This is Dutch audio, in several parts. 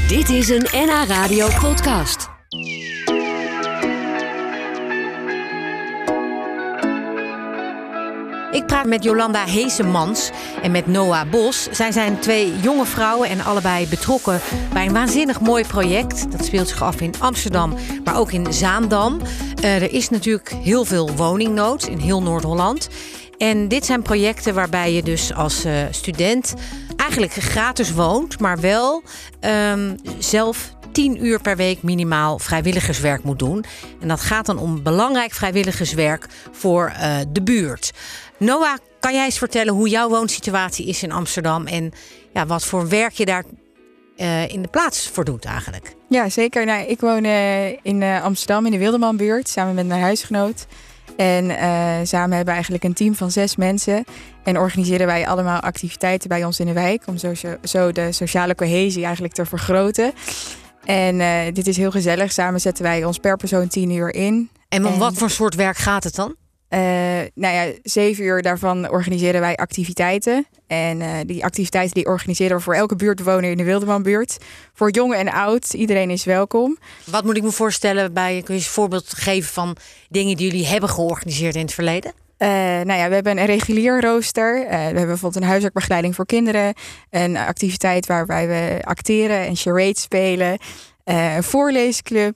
Dit is een NH Radio podcast. Ik praat met Jolanda Heesemans en met Noah Bos. Zij zijn 2 jonge vrouwen en allebei betrokken bij een waanzinnig mooi project. Dat speelt zich af in Amsterdam, maar ook in Zaandam. Er is natuurlijk heel veel woningnood in heel Noord-Holland. En dit zijn projecten waarbij je dus als student eigenlijk gratis woont, maar wel zelf 10 uur per week minimaal vrijwilligerswerk moet doen. En dat gaat dan om belangrijk vrijwilligerswerk voor de buurt. Noah, kan jij eens vertellen hoe jouw woonsituatie is in Amsterdam en ja, wat voor werk je daar in de plaats voor doet eigenlijk? Ja, zeker. Nou, ik woon in Amsterdam in de Wildemanbuurt samen met mijn huisgenoot. En samen hebben we eigenlijk een team van 6 mensen. En organiseren wij allemaal activiteiten bij ons in de wijk. Om zo de sociale cohesie eigenlijk te vergroten. En dit is heel gezellig. Samen zetten wij ons per persoon 10 uur in. En wat voor soort werk gaat het dan? 7 uur daarvan organiseren wij activiteiten. En die activiteiten die organiseren we voor elke buurtbewoner in de Wildemanbuurt. Voor jong en oud, iedereen is welkom. Wat moet ik me voorstellen kun je eens een voorbeeld geven van dingen die jullie hebben georganiseerd in het verleden? We hebben een regulier rooster. We hebben bijvoorbeeld een huiswerkbegeleiding voor kinderen. Een activiteit waarbij we acteren en charades spelen. Een voorleesclub.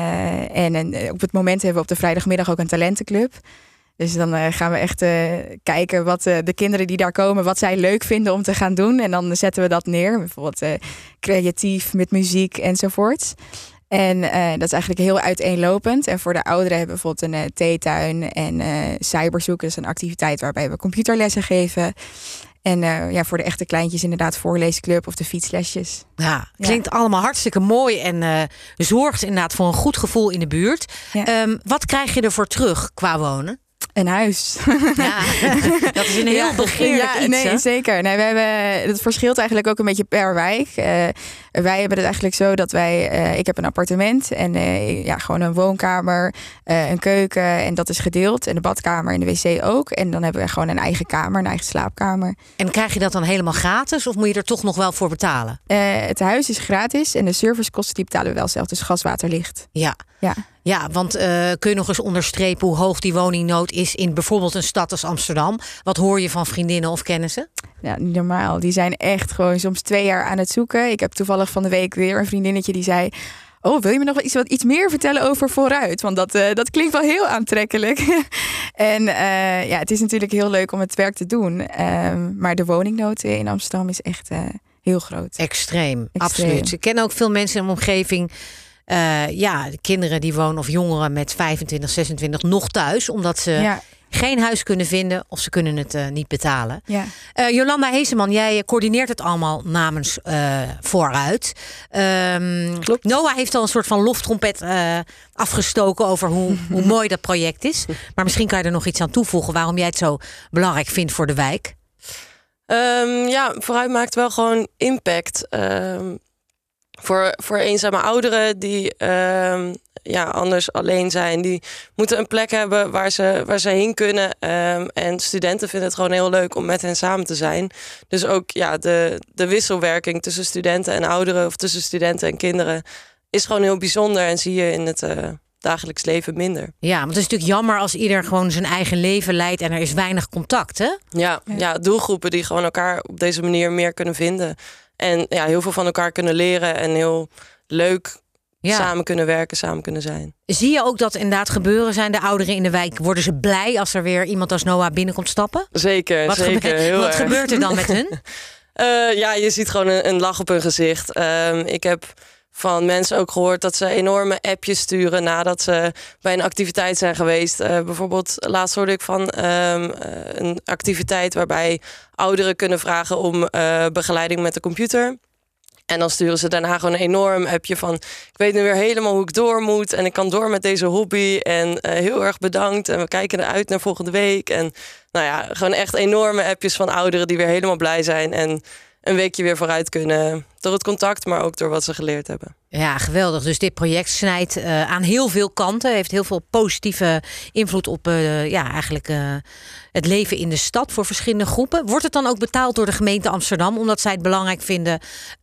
Op het moment hebben we op de vrijdagmiddag ook een talentenclub. Dus dan gaan we echt kijken wat de kinderen die daar komen, wat zij leuk vinden om te gaan doen. En dan zetten we dat neer. Bijvoorbeeld creatief met muziek enzovoort. En dat is eigenlijk heel uiteenlopend. En voor de ouderen hebben we bijvoorbeeld een theetuin en cyberzoek. Dat is een activiteit waarbij we computerlessen geven. En voor de echte kleintjes inderdaad voorleesclub of de fietslesjes. Ja, klinkt allemaal hartstikke mooi en zorgt inderdaad voor een goed gevoel in de buurt. Ja. Wat krijg je ervoor terug qua wonen? Een huis. Ja, dat is een heel begeerlijk iets. Nee, zeker. Nee, het verschilt eigenlijk ook een beetje per wijk. Wij hebben het eigenlijk zo dat ik heb een appartement en gewoon een woonkamer, een keuken en dat is gedeeld. En de badkamer en de wc ook. En dan hebben we gewoon een eigen kamer, een eigen slaapkamer. En krijg je dat dan helemaal gratis of moet je er toch nog wel voor betalen? Het huis is gratis en de servicekosten die betalen we wel zelf. Dus gas, water, licht. Ja, want kun je nog eens onderstrepen hoe hoog die woningnood is in bijvoorbeeld een stad als Amsterdam? Wat hoor je van vriendinnen of kennissen? Ja, niet normaal. Die zijn echt gewoon soms 2 jaar aan het zoeken. Ik heb toevallig van de week weer een vriendinnetje die zei: oh, wil je me nog iets meer vertellen over vooruit? Want dat klinkt wel heel aantrekkelijk. En het is natuurlijk heel leuk om het werk te doen. Maar de woningnood in Amsterdam is echt heel groot. Extreem, absoluut. Ik ken ook veel mensen in mijn omgeving. De kinderen die wonen of jongeren met 25, 26 nog thuis. Omdat ze geen huis kunnen vinden of ze kunnen het niet betalen. Ja. Jolanda Heesemans, jij coördineert het allemaal namens Vooruit. Klopt. Noah heeft al een soort van loftrompet afgestoken over hoe mooi dat project is. Maar misschien kan je er nog iets aan toevoegen waarom jij het zo belangrijk vindt voor de wijk. Vooruit maakt wel gewoon impact. Voor eenzame ouderen die anders alleen zijn. Die moeten een plek hebben waar ze heen kunnen. En studenten vinden het gewoon heel leuk om met hen samen te zijn. Dus ook de wisselwerking tussen studenten en ouderen of tussen studenten en kinderen is gewoon heel bijzonder. En zie je in het dagelijks leven minder. Ja, want het is natuurlijk jammer als ieder gewoon zijn eigen leven leidt en er is weinig contact, hè? Ja, doelgroepen die gewoon elkaar op deze manier meer kunnen vinden. En heel veel van elkaar kunnen leren en heel leuk samen kunnen werken, samen kunnen zijn. Zie je ook dat inderdaad gebeuren zijn de ouderen in de wijk? Worden ze blij als er weer iemand als Noah binnenkomt stappen? Zeker, Wat gebeurt er dan met hun? Je ziet gewoon een lach op hun gezicht. Ik heb van mensen ook gehoord dat ze enorme appjes sturen nadat ze bij een activiteit zijn geweest. Bijvoorbeeld laatst hoorde ik van een activiteit waarbij ouderen kunnen vragen om begeleiding met de computer. En dan sturen ze daarna gewoon een enorm appje van: ik weet nu weer helemaal hoe ik door moet en ik kan door met deze hobby en heel erg bedankt en we kijken eruit naar volgende week. En gewoon echt enorme appjes van ouderen die weer helemaal blij zijn en een weekje weer vooruit kunnen. Door het contact, maar ook door wat ze geleerd hebben. Ja, geweldig. Dus dit project snijdt aan heel veel kanten. Heeft heel veel positieve invloed op het leven in de stad voor verschillende groepen. Wordt het dan ook betaald door de gemeente Amsterdam, omdat zij het belangrijk vinden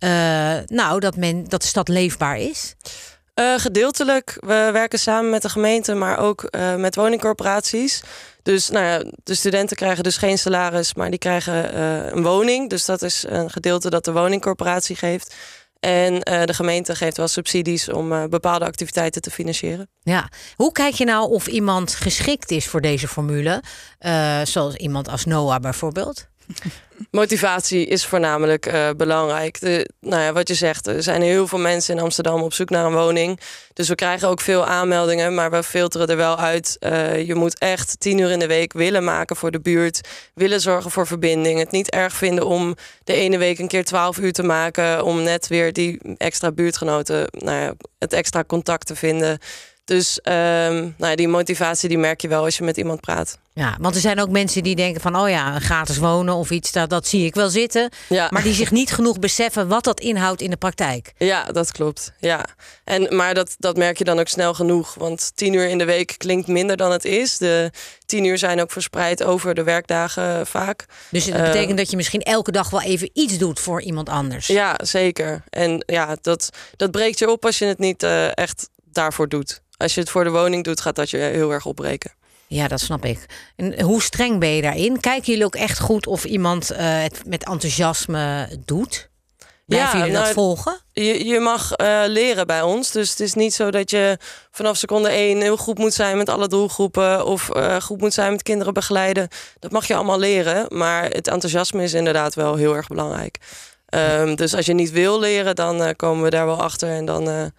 dat de stad leefbaar is? Gedeeltelijk. We werken samen met de gemeente, maar ook met woningcorporaties. Dus de studenten krijgen dus geen salaris, maar die krijgen een woning. Dus dat is een gedeelte dat de woningcorporatie geeft. En de gemeente geeft wel subsidies om bepaalde activiteiten te financieren. Ja. Hoe kijk je nou of iemand geschikt is voor deze formule? Zoals iemand als Noah bijvoorbeeld? Motivatie is voornamelijk belangrijk. Wat je zegt, er zijn heel veel mensen in Amsterdam op zoek naar een woning. Dus we krijgen ook veel aanmeldingen, maar we filteren er wel uit. Je moet echt 10 uur in de week willen maken voor de buurt. Willen zorgen voor verbinding. Het niet erg vinden om de ene week een keer 12 uur te maken. Om net weer die extra buurtgenoten, het extra contact te vinden. Dus die motivatie die merk je wel als je met iemand praat. Ja, want er zijn ook mensen die denken van gratis wonen of iets, dat zie ik wel zitten. Ja. Maar die zich niet genoeg beseffen wat dat inhoudt in de praktijk. Ja, dat klopt. Ja. Maar dat merk je dan ook snel genoeg. Want 10 uur in de week klinkt minder dan het is. De 10 uur zijn ook verspreid over de werkdagen vaak. Dus dat betekent dat je misschien elke dag wel even iets doet voor iemand anders. Ja, zeker. En ja, dat breekt je op als je het niet echt daarvoor doet. Als je het voor de woning doet, gaat dat je heel erg opbreken. Ja, dat snap ik. En hoe streng ben je daarin? Kijken jullie ook echt goed of iemand het met enthousiasme doet? Blijven jullie dat volgen? Je mag leren bij ons. Dus het is niet zo dat je vanaf seconde 1 heel goed moet zijn met alle doelgroepen. Of goed moet zijn met kinderen begeleiden. Dat mag je allemaal leren. Maar het enthousiasme is inderdaad wel heel erg belangrijk. Dus als je niet wil leren, dan komen we daar wel achter. En dan,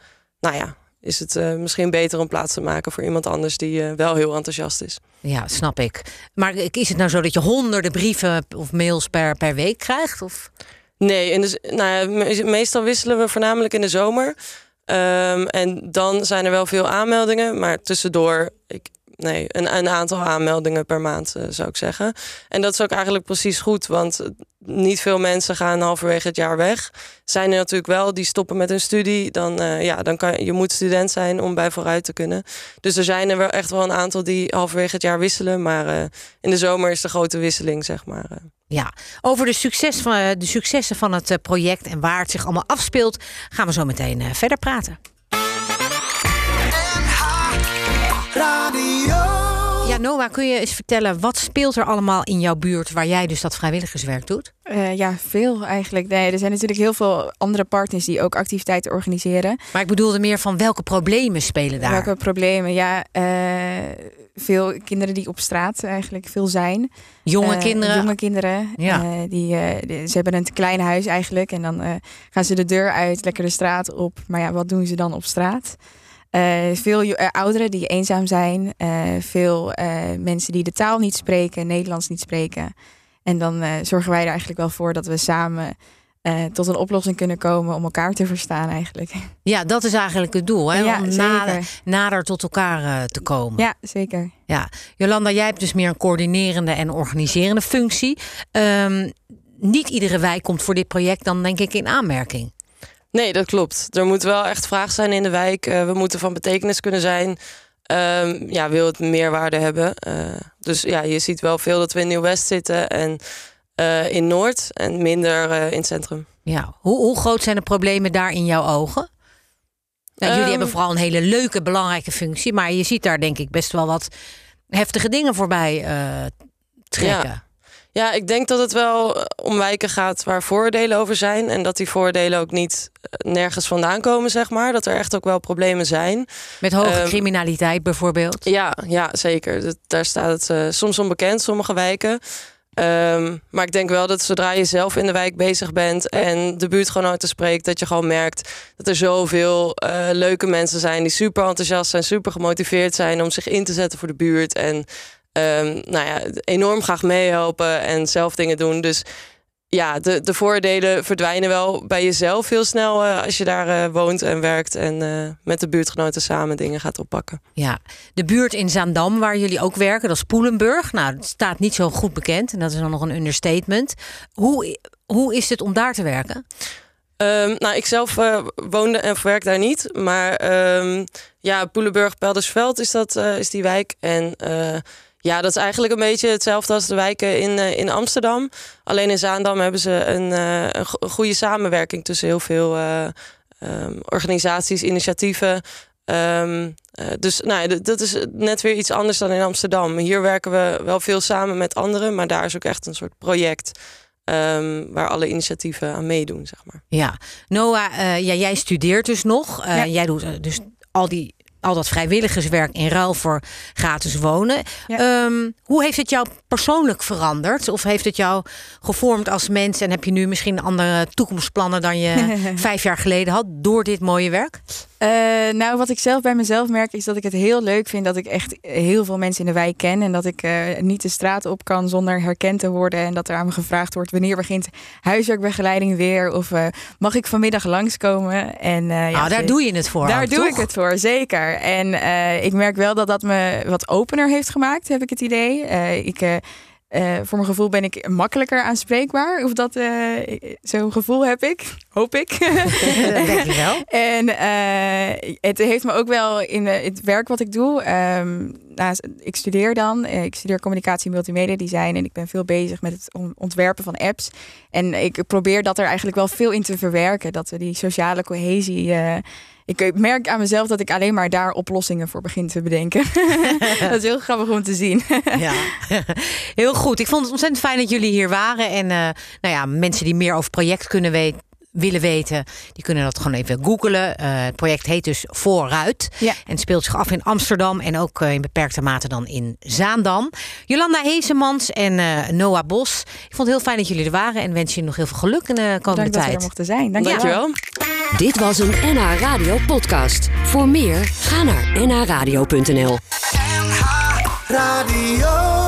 is het misschien beter om plaats te maken voor iemand anders die wel heel enthousiast is. Ja, snap ik. Maar is het nou zo dat je honderden brieven of mails per week krijgt? Of? Nee, meestal wisselen we voornamelijk in de zomer. En dan zijn er wel veel aanmeldingen. Maar tussendoor een aantal aanmeldingen per maand, zou ik zeggen. En dat is ook eigenlijk precies goed, want niet veel mensen gaan halverwege het jaar weg. Zijn er natuurlijk wel, die stoppen met hun studie. Dan je moet student zijn om bij vooruit te kunnen. Dus er zijn er wel echt wel een aantal die halverwege het jaar wisselen. Maar in de zomer is de grote wisseling, zeg maar. Ja, over de successen van het project en waar het zich allemaal afspeelt, gaan we zo meteen verder praten. Ja, Noah, kun je eens vertellen, wat speelt er allemaal in jouw buurt waar jij dus dat vrijwilligerswerk doet? Veel eigenlijk. Nee, er zijn natuurlijk heel veel andere partners die ook activiteiten organiseren. Maar ik bedoelde meer van welke problemen spelen daar? Welke problemen? Ja, veel kinderen die op straat eigenlijk veel zijn. Jonge kinderen. Ja. Ze hebben een klein huis eigenlijk en dan gaan ze de deur uit, lekker de straat op. Maar ja, wat doen ze dan op straat? Veel ouderen die eenzaam zijn. Veel mensen die de taal niet spreken, Nederlands niet spreken. En dan zorgen wij er eigenlijk wel voor dat we samen tot een oplossing kunnen komen om elkaar te verstaan eigenlijk. Ja, dat is eigenlijk het doel, hè? Ja, om nader tot elkaar te komen. Ja, zeker. Ja. Jolanda, jij hebt dus meer een coördinerende en organiserende functie. Niet iedere wijk komt voor dit project dan denk ik in aanmerking. Nee, dat klopt. Er moet wel echt vraag zijn in de wijk. We moeten van betekenis kunnen zijn. Wil het meerwaarde hebben. Dus ja, je ziet wel veel dat we in Nieuw-West zitten en in Noord en minder in het centrum. Ja, hoe groot zijn de problemen daar in jouw ogen? Nou, jullie hebben vooral een hele leuke, belangrijke functie, maar je ziet daar denk ik best wel wat heftige dingen voorbij trekken. Ja, ik denk dat het wel om wijken gaat waar vooroordelen over zijn. En dat die vooroordelen ook niet nergens vandaan komen, zeg maar. Dat er echt ook wel problemen zijn. Met hoge criminaliteit bijvoorbeeld? Ja, zeker. Daar staat het soms onbekend, sommige wijken. Maar ik denk wel dat zodra je zelf in de wijk bezig bent en de buurtgenoten spreekt, dat je gewoon merkt dat er zoveel leuke mensen zijn die super enthousiast zijn, super gemotiveerd zijn om zich in te zetten voor de buurt. En enorm graag meehelpen en zelf dingen doen. Dus ja, de voordelen verdwijnen wel bij jezelf heel snel als je daar woont en werkt en met de buurtgenoten samen dingen gaat oppakken. Ja, de buurt in Zaandam waar jullie ook werken, dat is Poelenburg. Nou, dat staat niet zo goed bekend en dat is dan nog een understatement. Hoe is het om daar te werken? Nou, ik zelf woonde en werk daar niet. Maar Poelenburg, Peldersveld is die wijk. En dat is eigenlijk een beetje hetzelfde als de wijken in Amsterdam. Alleen in Zaandam hebben ze een goede samenwerking tussen heel veel organisaties, initiatieven. Dus dat is net weer iets anders dan in Amsterdam. Hier werken we wel veel samen met anderen, maar daar is ook echt een soort project waar alle initiatieven aan meedoen, zeg maar. Ja, Noah, jij studeert dus nog. Jij doet dus al dat vrijwilligerswerk in ruil voor gratis wonen. Ja. Hoe heeft het jou persoonlijk veranderd? Of heeft het jou gevormd als mens? En heb je nu misschien andere toekomstplannen dan je 5 jaar geleden had door dit mooie werk? Nou, wat ik zelf bij mezelf merk is dat ik het heel leuk vind dat ik echt heel veel mensen in de wijk ken. En dat ik niet de straat op kan zonder herkend te worden. En dat er aan me gevraagd wordt wanneer begint huiswerkbegeleiding weer? Of mag ik vanmiddag langskomen? En, daar doe je het voor. Daar doe toch? Ik het voor, zeker. En ik merk wel dat me wat opener heeft gemaakt, heb ik het idee. Voor mijn gevoel ben ik makkelijker aanspreekbaar. Of dat zo'n gevoel heb ik. Hoop ik. Dat denk ik wel. En het heeft me ook wel in het werk wat ik doe. Ik studeer dan. Ik studeer communicatie en multimedia design. En ik ben veel bezig met het ontwerpen van apps. En ik probeer dat er eigenlijk wel veel in te verwerken. Dat we die sociale cohesie... Ik merk aan mezelf dat ik alleen maar daar oplossingen voor begin te bedenken. Dat is heel grappig om te zien. Ja, heel goed. Ik vond het ontzettend fijn dat jullie hier waren. En mensen die meer over het project willen weten, die kunnen dat gewoon even googlen. Het project heet dus Vooruit. Ja. En speelt zich af in Amsterdam en ook in beperkte mate dan in Zaandam. Jolanda Heesemans en Noah Bos. Ik vond het heel fijn dat jullie er waren en wens je nog heel veel geluk in de komende tijd. Dank dat we er mochten zijn. Dankjewel. Dit was een NH Radio podcast. Voor meer, ga naar nhradio.nl. NH Radio.